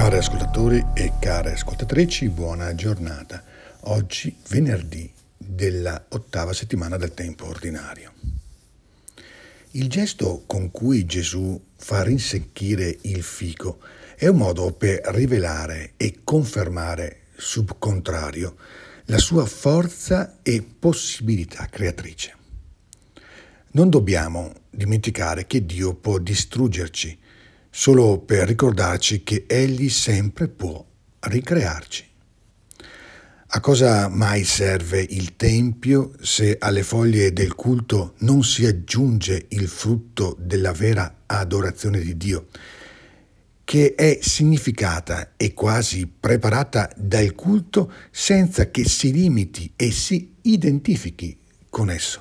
Cari ascoltatori e care ascoltatrici, buona giornata. Oggi venerdì della 8ª settimana del tempo ordinario. Il gesto con cui Gesù fa rinsecchire il fico è un modo per rivelare e confermare sub contrario la sua forza e possibilità creatrice. Non dobbiamo dimenticare che Dio può distruggerci solo per ricordarci che Egli sempre può ricrearci. A cosa mai serve il Tempio se alle foglie del culto non si aggiunge il frutto della vera adorazione di Dio, che è significata e quasi preparata dal culto senza che si limiti e si identifichi con esso?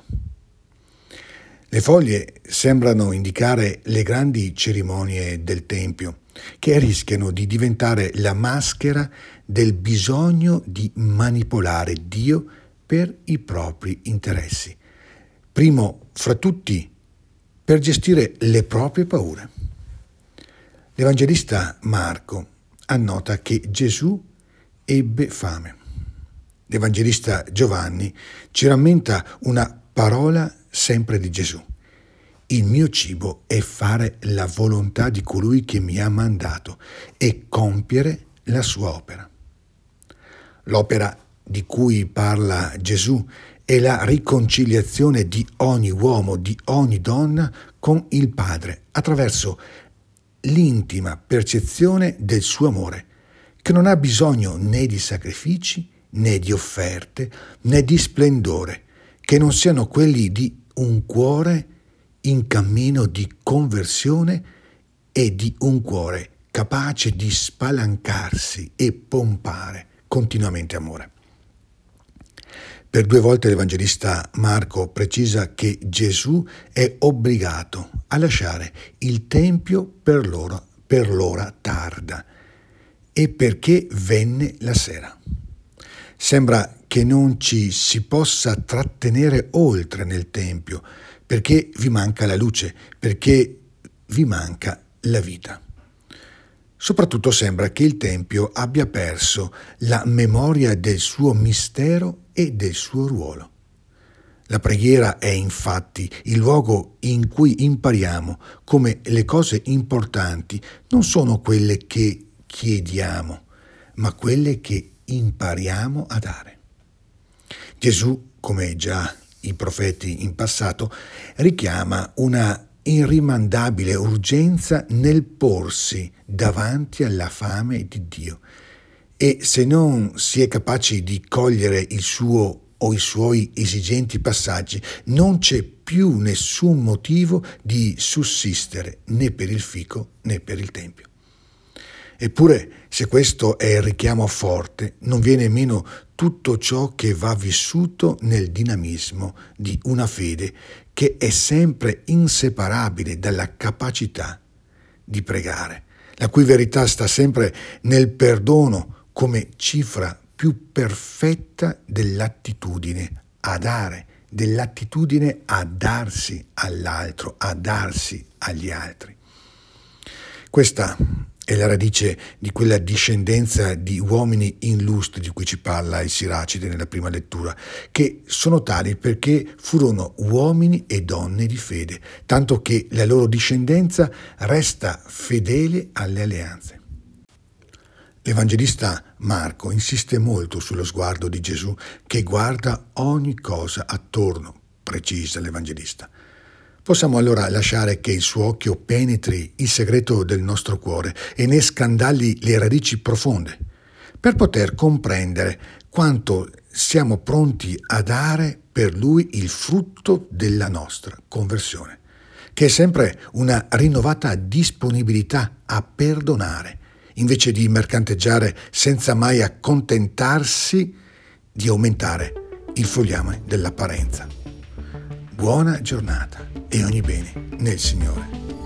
Le foglie sembrano indicare le grandi cerimonie del Tempio, che rischiano di diventare la maschera del bisogno di manipolare Dio per i propri interessi. Primo fra tutti, per gestire le proprie paure. L'Evangelista Marco annota che Gesù ebbe fame. L'Evangelista Giovanni ci rammenta una parola sempre di Gesù. Il mio cibo è fare la volontà di colui che mi ha mandato e compiere la sua opera. L'opera di cui parla Gesù è la riconciliazione di ogni uomo, di ogni donna con il Padre, attraverso l'intima percezione del suo amore, che non ha bisogno né di sacrifici, né di offerte, né di splendore, che non siano quelli di un cuore in cammino di conversione e di un cuore capace di spalancarsi e pompare continuamente amore. Per 2 volte l'Evangelista Marco precisa che Gesù è obbligato a lasciare il Tempio per l'ora tarda e perché venne la sera. Sembra che non ci si possa trattenere oltre nel Tempio, perché vi manca la luce, perché vi manca la vita. Soprattutto sembra che il Tempio abbia perso la memoria del suo mistero e del suo ruolo. La preghiera è infatti il luogo in cui impariamo come le cose importanti non sono quelle che chiediamo, ma quelle che impariamo a dare. Gesù, come già i profeti in passato, richiama una irrimandabile urgenza nel porsi davanti alla fame di Dio e se non si è capaci di cogliere il suo o i suoi esigenti passaggi, non c'è più nessun motivo di sussistere né per il fico né per il Tempio. Eppure, se questo è il richiamo forte, non viene meno tutto ciò che va vissuto nel dinamismo di una fede che è sempre inseparabile dalla capacità di pregare, la cui verità sta sempre nel perdono come cifra più perfetta dell'attitudine a dare, dell'attitudine a darsi all'altro, a darsi agli altri. Questa è la radice di quella discendenza di uomini illustri di cui ci parla il Siracide nella prima lettura, che sono tali perché furono uomini e donne di fede, tanto che la loro discendenza resta fedele alle alleanze. L'Evangelista Marco insiste molto sullo sguardo di Gesù che guarda ogni cosa attorno, precisa l'Evangelista. Possiamo allora lasciare che il suo occhio penetri il segreto del nostro cuore e ne scandagli le radici profonde, per poter comprendere quanto siamo pronti a dare per Lui il frutto della nostra conversione, che è sempre una rinnovata disponibilità a perdonare, invece di mercanteggiare senza mai accontentarsi di aumentare il fogliame dell'apparenza. Buona giornata e ogni bene nel Signore.